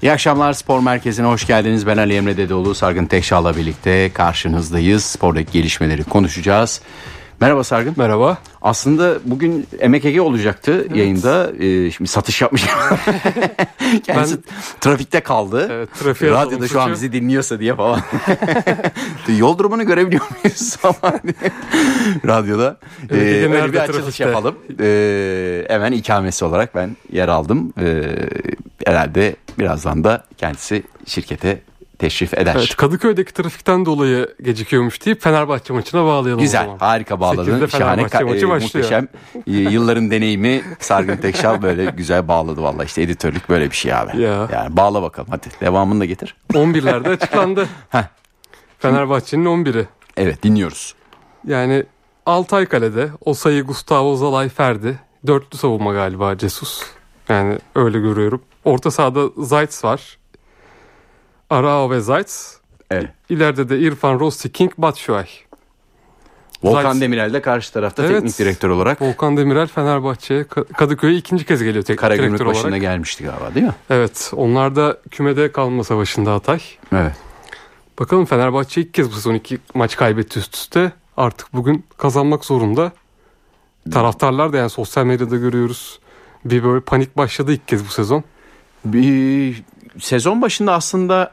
İyi akşamlar, Spor Merkezi'ne hoş geldiniz. Ben Ali Emre Dedeoğlu, Sargın Tekşal'la birlikte karşınızdayız. Spordaki gelişmeleri konuşacağız. Merhaba Sargın. Merhaba. Aslında bugün MKG olacaktı yayında. Şimdi satış yapmış. Kendisi trafikte kaldı. Evet, radyoda şu an bizi dinliyorsa diye falan. Yol durumunu görebiliyor muyuz? Radyoda. Öyle bir açılış yapalım. Hemen ikamesi olarak ben yer aldım. Herhalde birazdan da kendisi şirkete teşrif eder. Evet, Kadıköy'deki trafikten dolayı gecikiyormuş deyip Fenerbahçe maçına bağlayalım. Güzel, harika bağladın. Şahane, muhteşem. Yılların deneyimi Sargın Tekşal böyle güzel bağladı vallahi. İşte editörlük böyle bir şey abi. Ya. Yani bağla bakalım hadi. Devamını da getir. 11'lerde açıklandı. Fenerbahçe'nin 11'i. Evet, dinliyoruz. Yani Altay kalede. Osayi, Gustavo, Zalay, Ferdi. Dörtlü savunma galiba Jesus. Yani öyle görüyorum. Orta sahada Zayt var. Arao ve Zayt. Evet. İleride de İrfan, Rossi, King, Batshuayi. Volkan Demirel de karşı tarafta teknik direktör olarak. Volkan Demirel Fenerbahçe'ye Kadıköy'e ikinci kez geliyor teknik direktör olarak. Karagümrük başında gelmişti galiba, değil mi? Evet. Onlar da kümede kalma savaşında Hatay. Evet. Bakalım, Fenerbahçe ilk kez bu sezon 2 maç kaybetti üst üste. Artık bugün kazanmak zorunda. Taraftarlar da, yani sosyal medyada görüyoruz, bir böyle panik başladı ilk kez bu sezon. Bir sezon başında aslında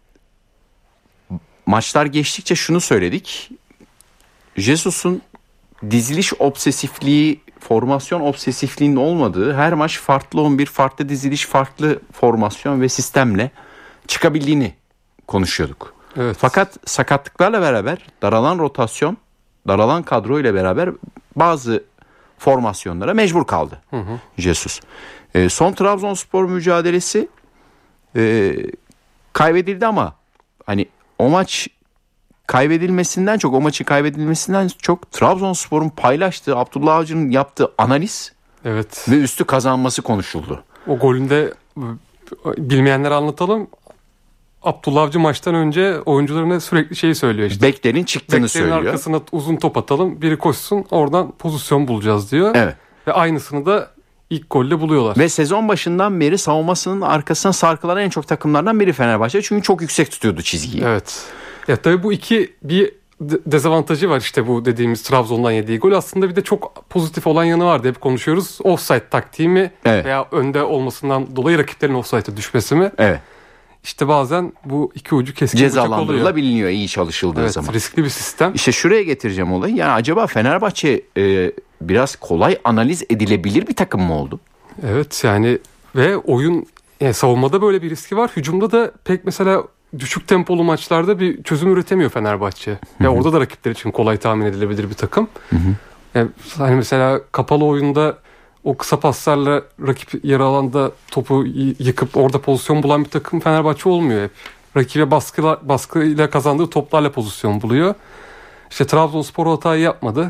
maçlar geçtikçe şunu söyledik. Jesus'un diziliş obsesifliği, formasyon obsesifliğinin olmadığı, her maç farklı 11, farklı diziliş, farklı formasyon ve sistemle çıkabildiğini konuşuyorduk. Evet. Fakat sakatlıklarla beraber daralan rotasyon, daralan kadro ile beraber bazı formasyonlara mecbur kaldı Jesus. Son Trabzonspor mücadelesi kaybedildi ama hani o maç kaybedilmesinden çok, o maçı kaybedilmesinden çok Trabzonspor'un paylaştığı, Abdullah Avcı'nın yaptığı analiz ve üstü kazanması konuşuldu. O golünde bilmeyenlere anlatalım. Abdullah Avcı maçtan önce oyuncularına sürekli şeyi söylüyor işte. Beklerin çıktığını söylüyor. Beklerin arkasına uzun top atalım, biri koşsun, oradan pozisyon bulacağız diyor. Evet. Ve aynısını da ilk golle buluyorlar. Ve sezon başından beri savunmasının arkasına sarkılan en çok takımlardan biri Fenerbahçe. Çünkü çok yüksek tutuyordu çizgiyi. Evet. Ya tabii bu bir dezavantajı var işte, bu dediğimiz Trabzon'dan yediği gol. Aslında bir de çok pozitif olan yanı vardı. Hep konuşuyoruz. Offside taktiği mi veya önde olmasından dolayı rakiplerin offside'e düşmesi mi? Evet. İşte bazen bu iki ucu keskin bıçak oluyor. Cezalandırılabiliyor iyi çalışıldığı zaman. Riskli bir sistem. İşte şuraya getireceğim olayı. Yani acaba Fenerbahçe biraz kolay analiz edilebilir bir takım mı oldu? Evet yani, ve oyun, yani savunmada böyle bir riski var. Hücumda da pek mesela düşük tempolu maçlarda bir çözüm üretemiyor Fenerbahçe. Ya orada da rakipler için kolay tahmin edilebilir bir takım. Yani hani mesela kapalı oyunda o kısa paslarla rakip yarı alanda topu yıkıp orada pozisyon bulan bir takım Fenerbahçe olmuyor hep. Rakibe baskıyla kazandığı toplarla pozisyon buluyor. İşte Trabzonspor hatayı yapmadı.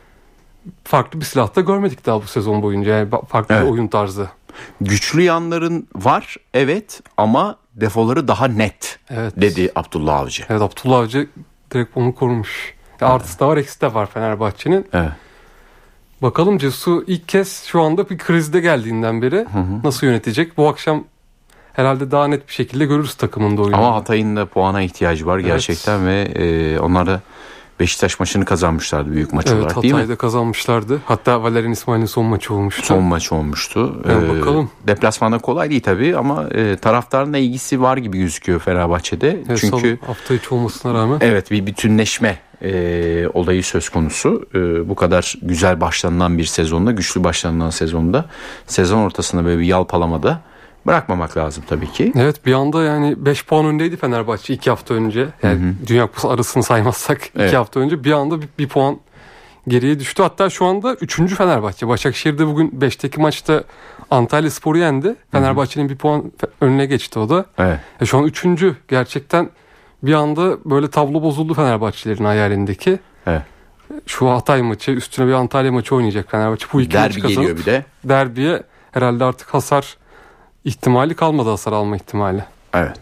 Farklı bir silah da görmedik daha bu sezon boyunca. Yani farklı bir oyun tarzı. Güçlü yanların var evet, ama defoları daha net dedi Abdullah Avcı. Evet, Abdullah Avcı direkt onu korumuş. Artısı da var, eksisi de var Fenerbahçe'nin. Evet. Bakalım Cesu ilk kez şu anda bir krizde geldiğinden beri nasıl yönetecek? Bu akşam herhalde daha net bir şekilde görürüz takımın da oyunu. Ama Hatay'ın da puana ihtiyacı var gerçekten ve onlar da Beşiktaş maçını kazanmışlardı büyük maç olarak, değil mi? Hatay'da kazanmışlardı. Hatta Valerian İsmail'in son maçı olmuştu. Son maç olmuştu. Bakalım. Deplasmanda kolay değil tabii ama taraftarın da ilgisi var gibi gözüküyor Fenerbahçe'de. Çünkü hafta içi olmasına rağmen. Evet, bir bütünleşme olayı söz konusu. Bu kadar güzel başlanılan bir sezonda, güçlü başlanılan sezonda, sezon ortasında böyle bir yalpalamada bırakmamak lazım tabii ki. Evet, bir anda yani 5 puan öndeydi Fenerbahçe 2 hafta önce. Yani Dünya Kupası arasını saymazsak 2 hafta önce bir anda bir puan geriye düştü. Hatta şu anda 3. Fenerbahçe. Başakşehir'de bugün 5'teki maçta Antalyaspor'u yendi. Fenerbahçe'nin bir puan önüne geçti o da. Evet. Şu an 3. Gerçekten bir anda böyle tablo bozuldu Fenerbahçelerin hayalindeki. Evet. Şu Hatay maçı, üstüne bir Antalya maçı oynayacak Fenerbahçe. Bu iki maçı kazanıp geliyor bir de. Derbiye herhalde artık hasar ihtimali kalmadı, hasar alma ihtimali. Evet.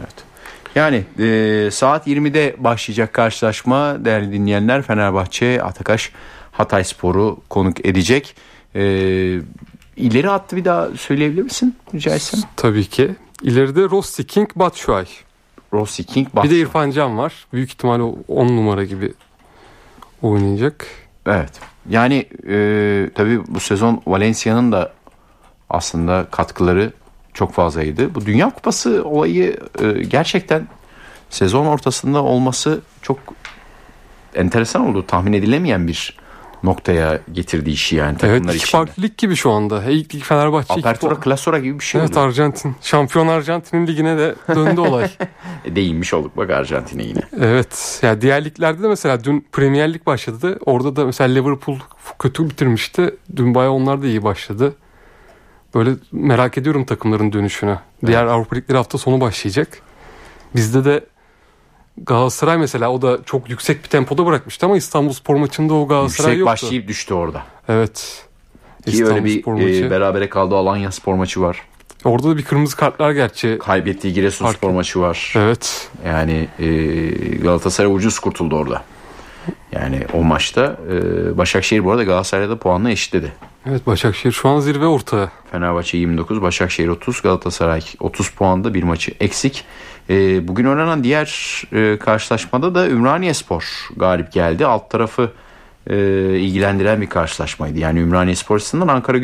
Yani saat 20'de başlayacak karşılaşma değerli dinleyenler. Fenerbahçe Atakaş Hatayspor'u konuk edecek. İleri hattı bir daha söyleyebilir misin rica etsem? Tabii ki. İleride Rossi, King, Batshuayi. Rossi, King, Bir de İrfan Can var. Büyük ihtimalle 10 numara gibi oynayacak. Evet. Yani tabii bu sezon Valencia'nın da aslında katkıları çok fazlaydı. Bu Dünya Kupası olayı gerçekten sezon ortasında olması çok enteresan oldu. Tahmin edilemeyen bir noktaya getirdi işi yani takımlar evet, iki içinde. farklı lig gibi şu anda. İlk lig Fenerbahçe. Apertura, Klasora gibi bir şey evet, oldu. Arjantin. Şampiyon Arjantin'in ligine de döndü olay. Değinmiş olduk bak Arjantin'e yine. Evet. Yani diğer liglerde de mesela dün Premier Lig başladı. Orada da mesela Liverpool kötü bitirmişti. Dün bayağı onlar da iyi başladı. Böyle merak ediyorum takımların dönüşünü. Diğer Avrupa Ligleri hafta sonu başlayacak. Bizde de Galatasaray mesela o da çok yüksek bir tempoda bırakmıştı ama İstanbulspor maçında o Galatasaray Yüksek yoktu. başlayıp düştü orada. Evet. Ki öyle bir berabere kaldığı Alanya Spor maçı var. Orada da bir kırmızı kartlar gerçi. Kaybettiği Giresunspor maçı var. Evet. Yani Galatasaray ucuz kurtuldu orada. Yani o maçta Başakşehir bu arada Galatasaray'da da puanla eşitledi. Evet, Başakşehir şu an zirve ortağı. Fenerbahçe 29, Başakşehir 30, Galatasaray 30 puanda bir maçı eksik. Bugün oynanan diğer karşılaşmada da Ümraniyespor galip geldi. Alt tarafı ilgilendiren bir karşılaşmaydı. Yani Ümraniyespor açısından Ankara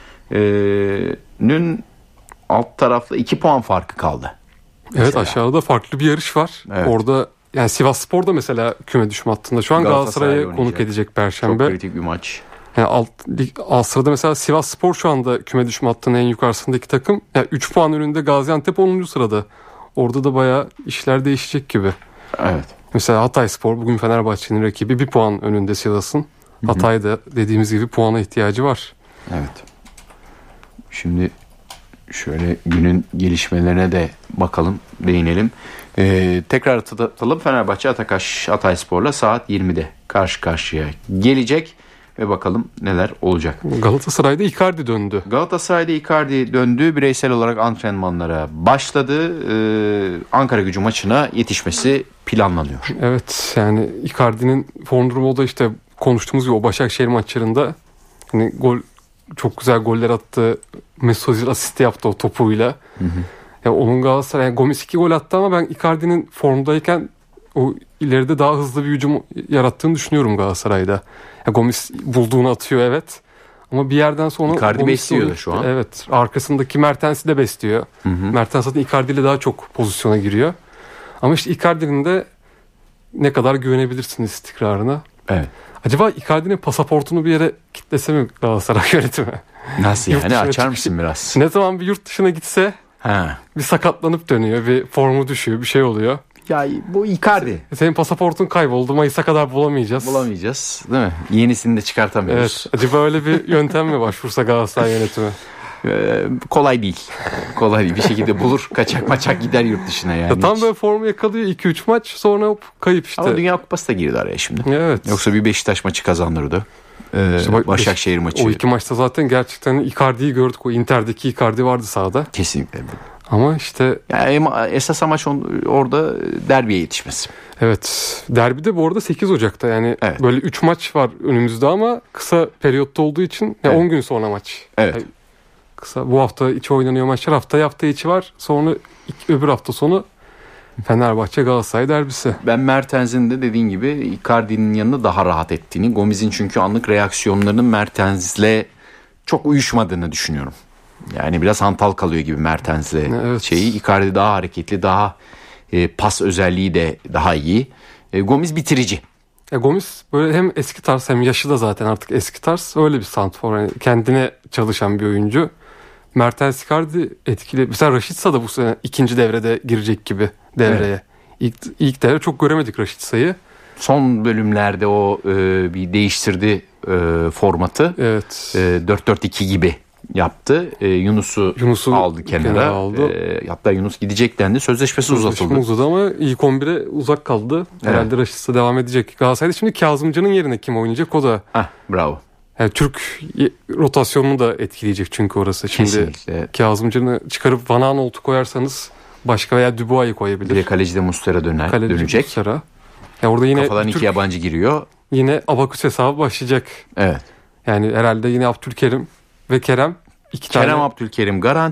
Gücü'nün alt taraflı 2 puan farkı kaldı. Mesela. Evet, aşağıda farklı bir yarış var. Evet. Orada yani Sivasspor da mesela küme düşme hattında. Şu an Galatasaray'ı konuk edecek Perşembe. Çok kritik bir maç. Yani alt sırada mesela Sivasspor şu anda küme düşme hattının en yukarısındaki takım. Yani 3 puan önünde Gaziantep 10. sırada. Orada da bayağı işler değişecek gibi. Evet. Mesela Hatayspor bugün Fenerbahçe'nin rakibi 1 puan önünde Sivas'ın. Hatay'da dediğimiz gibi puana ihtiyacı var. Evet. Şimdi şöyle günün gelişmelerine de bakalım, değinelim. Tekrar hatırlatalım. Fenerbahçe Hatayspor'la saat 20'de karşı karşıya gelecek ve bakalım neler olacak. Galatasaray'da Icardi döndü. Galatasaray'da Icardi döndü. Bireysel olarak antrenmanlara başladı. Ankara Gücü maçına yetişmesi planlanıyor. Evet, yani Icardi'nin form durumu da işte konuştuğumuz gibi o Başakşehir maçlarında hani çok güzel goller attı. Mesut Özil asist yaptı o topuyla. Yani onun Galatasaray yani Gomis 2 gol attı ama ben Icardi'nin formdayken o ileride daha hızlı bir hücum yarattığını düşünüyorum Galatasaray'da. Yani Gomis bulduğunu atıyor evet. Ama bir yerden sonra Icardi besliyor şu an. Evet. Arkasındaki Mertens'i de besliyor. Mertens zaten Icardi ile daha çok pozisyona giriyor. Ama işte Icardi'nin de ne kadar güvenebilirsiniz istikrarına. Evet. Acaba Icardi'nin pasaportunu bir yere kitlese mi Galatasaray yönetimi? Nasıl yani? Açar mısın biraz? Ne zaman bir yurt dışına gitse bir sakatlanıp dönüyor. Bir formu düşüyor. Bir şey oluyor. Ya bu Icardi. Senin pasaportun kayboldu. Mayıs'a kadar bulamayacağız. Bulamayacağız değil mi? Yenisini de çıkartamıyoruz. Evet. Acaba öyle bir yöntem mi başvursa Galatasaray yönetimi? Kolay değil. Kolay değil. Bir şekilde bulur. Kaçak maçak gider yurt dışına yani. Ya tam böyle formu yakalıyor 2-3 maç. Sonra hop kayıp işte. Ama Dünya Kupası da girdi araya şimdi. Evet. Yoksa bir Beşiktaş maçı kazandırdı. İşte Başakşehir maçı. O iki maçta zaten gerçekten Icardi'yi gördük. O Inter'deki Icardi vardı sahada. Kesinlikle. Ama işte... Yani esas amaç orada derbiye yetişmesi. Evet. Derbide bu arada 8 Ocak'ta. Yani böyle 3 maç var önümüzde ama kısa periyotta olduğu için 10 gün sonra maç. Evet. Yani kısa, bu hafta içi oynanıyor maçlar. Hafta içi var. Sonra öbür hafta sonu Fenerbahçe Galatasaray derbisi. Ben Mertens'in de dediğin gibi Icardi'nin yanında daha rahat ettiğini, Gomis'in çünkü anlık reaksiyonlarının Mertens'le çok uyuşmadığını düşünüyorum. Yani biraz hantal kalıyor gibi Mertens'le şeyi. Icardi daha hareketli, daha pas özelliği de daha iyi. Gomis bitirici. Gomis böyle hem eski tarz hem yaşı da zaten artık eski tarz. Öyle bir santrfor. Yani kendine çalışan bir oyuncu. Mertens Icardi etkili. Mesela Rashica da bu sene ikinci devrede girecek gibi devreye. Evet. İlk devre çok göremedik Rashica'yı. Son bölümlerde o bir değiştirdi formatı. Evet. 4-4-2 gibi yaptı. Yunus'u aldı kenara. Hatta Yunus gidecek dendi. Sözleşmesi uzatıldı. Ama ilk 11'e uzak kaldı. Herhalde Rashica devam edecek. Galatasaray'da şimdi Kazımcan'ın yerine kim oynayacak o da. Bravo. Yani Türk rotasyonunu da etkileyecek çünkü orası. Şimdi kesinlikle. Kazımcan'ı çıkarıp Van Aanholt'u koyarsanız başka veya Dubois'u koyabilir. Bir de kalecide Muslera dönecek. Muslera. Orada yine kafadan iki yabancı giriyor. Yine abaküs hesabı başlayacak. Evet. Yani herhalde yine Abdülkerim ve Kerem. Kerem Abdülkerim garanti.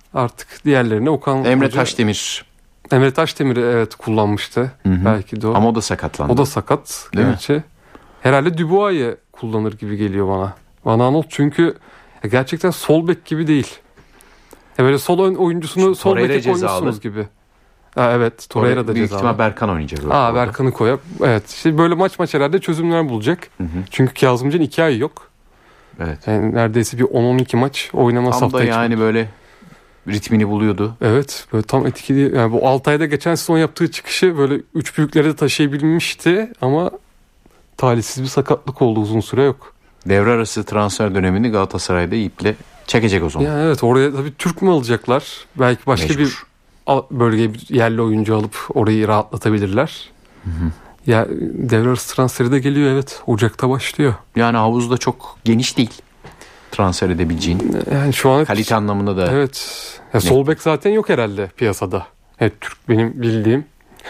Artık diğerlerine Okan Emre Hoca... Taşdemir Taşdemir'i evet kullanmıştı. Hı-hı. Belki de o. Ama o da sakatlandı. O da sakat. Değil gerçi. Mi? Herhalde Dubois'ı kullanır gibi geliyor bana. Van Aanholt çünkü gerçekten sol bek gibi değil. Böyle sol ön oyuncusunu sol beke koymuşsunuz gibi. Evet, Torreira da cezalı. Büyük ihtimal Berkan oynayacak. Berkan'ı koyup. Evet, işte böyle maç herhalde çözümler bulacak. Hı-hı. Çünkü Kazımcan'ın 2 ay yok. Evet. Yani neredeyse bir 10-12 maç oynamaz hafta içi. Tam da yani böyle ritmini buluyordu. Evet, böyle tam etkili. Yani bu Altay'da geçen sezon yaptığı çıkışı böyle 3 büyüklere de taşıyabilmişti ama talihsiz bir sakatlık oldu, uzun süre yok. Devre arası transfer dönemini Galatasaray'da iple çekecek o zaman. Yani evet, oraya tabii Türk mü alacaklar? Belki başka bir bölgeye bir yerli oyuncu alıp orayı rahatlatabilirler. Hı-hı. Ya devre arası transferi de geliyor, evet. Ocak'ta başlıyor. Yani havuzda çok geniş değil transfer edebileceğin. Yani şu an kalite anlamında da. Evet. Ya sol bek zaten yok herhalde piyasada. Evet, Türk benim bildiğim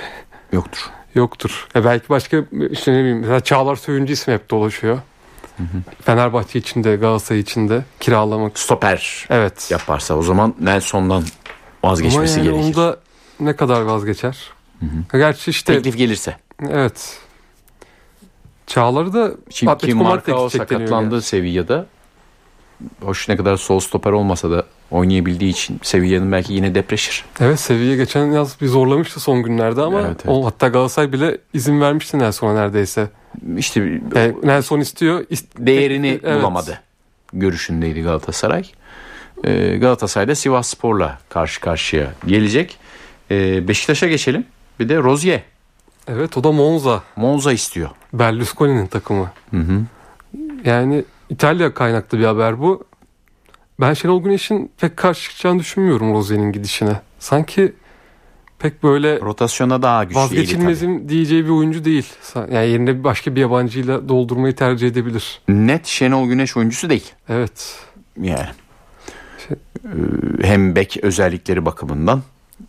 yoktur. Belki başka işte ne bileyim, mesela Çağlar Söyüncü ismi hep dolaşıyor. Hı-hı. Fenerbahçe için de Galatasaray için de kiralamak. Stoper. Evet. Yaparsa o zaman Nelson'dan vazgeçmesi gerekir. Onda ne kadar vazgeçer? Hı-hı. Gerçi işte teklif gelirse. Evet. Çağlar'ı da çünkü Marcao sakatlandı yani. Sevilla'da. Hoş ne kadar sol stoper olmasa da oynayabildiği için Sevilla'nın belki yine depreşir. Evet, Sevilla geçen yaz bir zorlamıştı son günlerde ama evet. Hatta Galatasaray bile izin vermişti Nelson'a neredeyse. İşte Nelson istiyor. Değerini bulamadı. Görüşündeydi Galatasaray. Galatasaray da Sivasspor'la karşı karşıya gelecek. Beşiktaş'a geçelim. Bir de Rozier. Evet, o da Monza. Monza istiyor. Berlusconi'nin takımı. Hı. Yani İtalya kaynaklı bir haber bu. Ben Şenol Güneş'in pek karşı çıkacağını düşünmüyorum Rozier'in gidişine. Sanki pek böyle rotasyona daha güçlü, vazgeçilmezim diyeceği bir oyuncu değil. Yani yerine başka bir yabancıyla doldurmayı tercih edebilir. Net Şenol Güneş oyuncusu değil. Evet. Yani hem bek özellikleri bakımından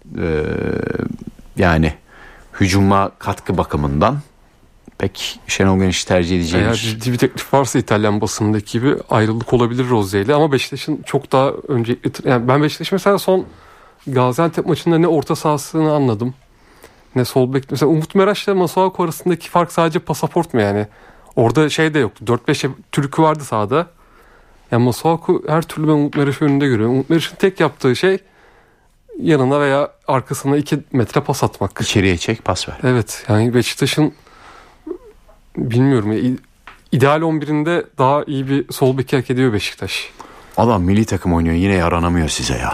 yani hücuma katkı bakımından pek Şenol Güneş'i tercih edeceğim. Eğer ciddi bir teklif varsa İtalyan basınındaki gibi ayrılık olabilir Rozier'le, ama Beşiktaş'ın çok daha öncelikli. Yani ben Beşiktaş mesela son Gaziantep maçında ne orta sahasını anladım, ne sol bek. Mesela Umut Meraş'la Masuaku arasındaki fark sadece pasaport mu yani? Orada şey de yoktu. 4-5 Türk'ü vardı sahada. Yani Masuaku her türlü ben Umut Meraş'ı önünde görüyorum. Umut Meraş'ın tek yaptığı şey yanına veya arkasına 2 metre pas atmak. İçeriye çek, pas ver. Evet, yani Beşiktaş'ın bilmiyorum ya, ideal 11'inde daha iyi bir sol beki hak ediyor Beşiktaş. Adam milli takım oynuyor, yine yaranamıyor size ya.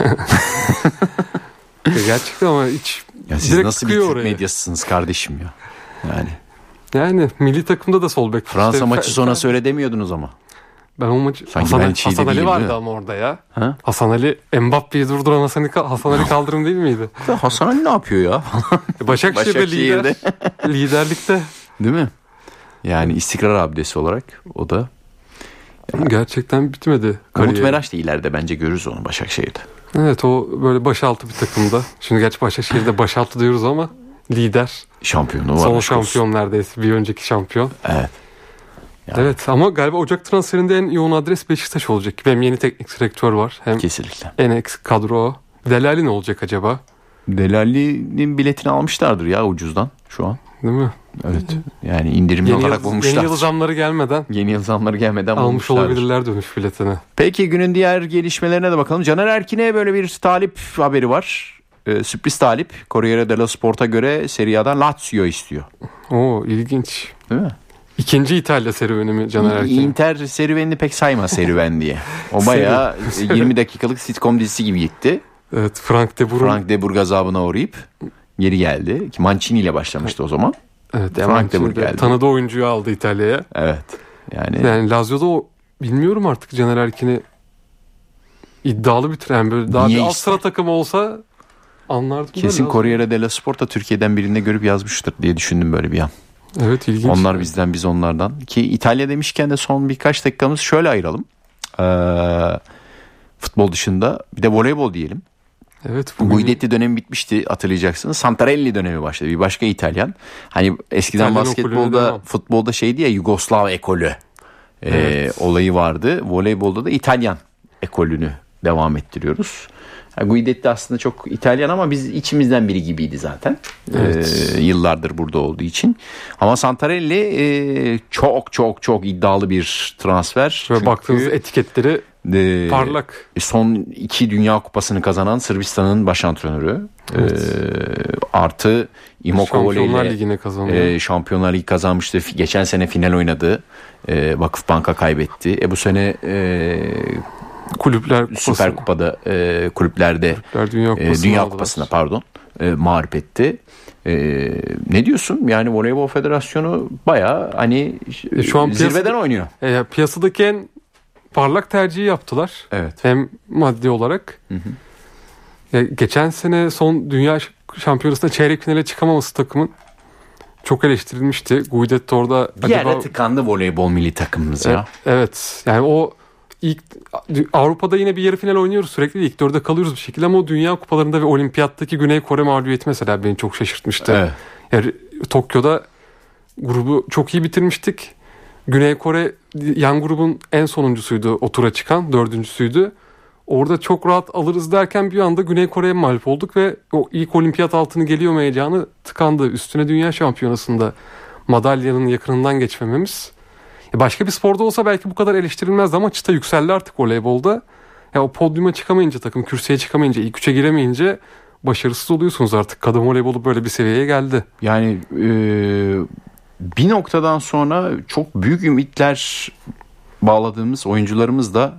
Gerçekten ama hiç ya siz nasıl bir Türk medyasısınız kardeşim ya. Yani milli takımda da sol bek. Fransa işte, maçı sonrası öyle demiyordunuz ama. Ben o maçı Hasan Ali vardı ama orada ya. Ha? Hasan Ali Mbappe'yi durduran Hasan Ali Kaldırım değil miydi? Hasan Ali ne yapıyor ya? Başakşehir'de liderlikte. Değil mi? Yani istikrar abidesi olarak o da. Gerçekten bitmedi. Umut Meraş da ileride bence görürüz onu Başakşehir'de. Evet, o böyle başaltı bir takımda. Şimdi gerçi Başakşehir'de başaltı diyoruz ama lider. Şampiyonu var. Son şampiyon olsun. Neredeyse bir önceki şampiyon. Evet. Yani. Evet, ama galiba Ocak transferinde en yoğun adres Beşiktaş olacak. Hem yeni teknik direktör var. Hem kesinlikle. En eksik kadro o. Delali ne olacak acaba? Delali'nin biletini almışlardır ya ucuzdan şu an. Değil mi? Evet. Yani indirimli olarak bulmuşlar. Yeni yıl zamları gelmeden almış olabilirler dönüş biletini. Peki günün diğer gelişmelerine de bakalım. Caner Erkin'e böyle bir talip haberi var. Sürpriz talip. Corriere dello Sport'a göre Serie A'dan Lazio istiyor. Oo, ilginç. Değil mi? İkinci İtalya serüveni mi Caner Erkin? Inter serüvenini pek sayma serüven diye. O bayağı 20 dakikalık sitcom dizisi gibi gitti. Evet, Frank de Boer gazabına uğrayıp geri geldi. Mancini ile başlamıştı o zaman. Evet, Frank de Boer geldi. Tanıdığı oyuncuyu aldı İtalya'ya. Evet. Yani Lazio'da o, bilmiyorum artık Caner Erkin'i iddialı bitiren böyle daha bir alt sıra takımı olsa anlardım. Kesin Corriere dello Sport'ta Türkiye'den birinde görüp yazmıştır diye düşündüm böyle bir an. Evet, ilginç. Onlar bizden, biz onlardan. Ki İtalya demişken de son birkaç dakikamız şöyle ayıralım. Futbol dışında bir de voleybol diyelim. Evet. Guidetti dönemi bitmişti, hatırlayacaksınız. Santarelli dönemi başladı. Bir başka İtalyan. Hani eskiden İtalyan basketbolda, futbolda şeydi ya, Yugoslav ekolü olayı vardı. Voleybolda da İtalyan ekolünü devam ettiriyoruz. Guidetti aslında çok İtalyan ama biz içimizden biri gibiydi zaten. Evet. Yıllardır burada olduğu için. Ama Santarelli çok iddialı bir transfer. Ve baktığınız etiketleri parlak. Son 2 Dünya Kupası'nı kazanan Sırbistan'ın baş antrenörü. Evet. Artı Imokovole Şampiyonlar Ligi'ne kazandı. Şampiyonlar Ligi kazanmıştı. Geçen sene final oynadı. Vakıfbank'a kaybetti. Bu sene Kulüpler Kupası. Süper Kupa'da kulüplerde Dünya Kupası'na mağlup etti. Ne diyorsun? Yani Voleybol Federasyonu bayağı hani şu an zirveden oynuyor. Piyasadaki en parlak tercihi yaptılar. Evet. Hem maddi olarak. Geçen sene son Dünya Şampiyonası'nda çeyrek finale çıkamaması takımın çok eleştirilmişti. Guidetti orada bir yerde tıkandı voleybol milli takımımız ya. Evet. Yani o ilk Avrupa'da yine bir yarı final oynuyoruz sürekli. İlk 4'e kalıyoruz bir şekilde ama o Dünya Kupalarında ve Olimpiyat'taki Güney Kore mağlubiyeti mesela beni çok şaşırtmıştı. Evet. Yani Tokyo'da grubu çok iyi bitirmiştik. Güney Kore yan grubun en sonuncusuydu. O tura çıkan 4.'süydü. Orada çok rahat alırız derken bir anda Güney Kore'ye mağlup olduk ve o ilk olimpiyat altını geliyor mu heyecanı tıkandı. Üstüne Dünya Şampiyonası'nda madalyanın yakınından geçmememiz. Başka bir sporda olsa belki bu kadar eleştirilmezdi ama çıta yükseldi artık voleybolda. O podyuma çıkamayınca takım, kürsüye çıkamayınca, ilk 3'e giremeyince başarısız oluyorsunuz artık. Kadın voleybolu böyle bir seviyeye geldi. Yani bir noktadan sonra çok büyük ümitler bağladığımız oyuncularımız da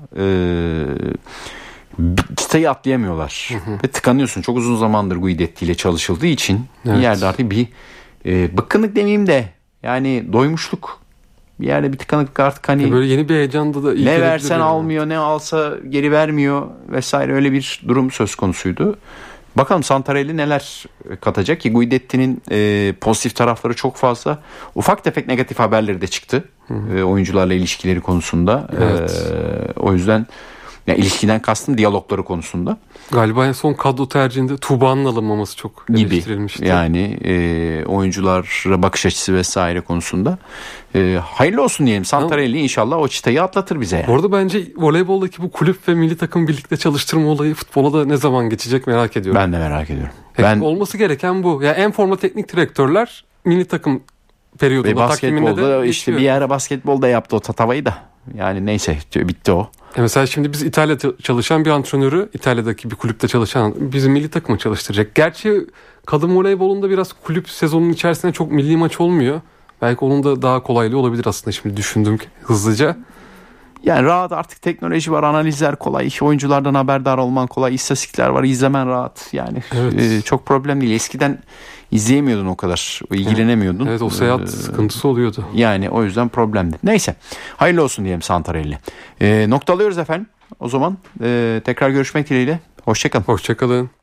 çıtayı atlayamıyorlar. Ve tıkanıyorsun. Çok uzun zamandır Guidetti ile çalışıldığı için bir yerde artık bir bıkkınlık demeyeyim de yani doymuşluk. Bir yerde bir tıkanıklık artık hani böyle yeni bir heyecanda da ne versen almıyor, ne alsa geri vermiyor vesaire, öyle bir durum söz konusuydu. Bakalım Santarelli neler katacak ki Guidetti'nin pozitif tarafları çok fazla. Ufak tefek negatif haberleri de çıktı. Oyuncularla ilişkileri konusunda. Evet. O yüzden yani ilişkiden kastım diyalogları konusunda. Galiba en son kadro tercihinde Tuğba'nın alınmaması çok eleştirilmişti. Yani oyunculara bakış açısı vesaire konusunda. Hayırlı olsun diyelim. Santarelli inşallah o çıtayı atlatır bize. Yani. Orada bence voleyboldaki bu kulüp ve milli takım birlikte çalıştırma olayı futbola da ne zaman geçecek merak ediyorum. Ben de merak ediyorum. Olması gereken bu. Yani en forma teknik direktörler milli takım periyodunda takviminde de işte geçiyor. Bir ara basketbolda yaptı o tatavayı da. Yani neyse bitti o. Mesela şimdi biz İtalya'da çalışan bir antrenörü, İtalya'daki bir kulüpte çalışan bizim milli takımı çalıştıracak. Gerçi kadın voleybolunda biraz kulüp sezonunun içerisinde çok milli maç olmuyor. Belki onun da daha kolaylığı olabilir aslında şimdi düşündüm hızlıca. Yani rahat, artık teknoloji var, analizler kolay, oyunculardan haberdar olman kolay, istatistikler var, izlemen rahat. Yani çok problem değil. Eskiden izleyemiyordun o kadar, ilgilenemiyordun. Evet, o seyahat sıkıntısı oluyordu. Yani o yüzden problemdi. Neyse, hayırlı olsun diyelim Santarelli. Noktalıyoruz efendim. O zaman tekrar görüşmek dileğiyle. Hoşçakalın. Hoşçakalın.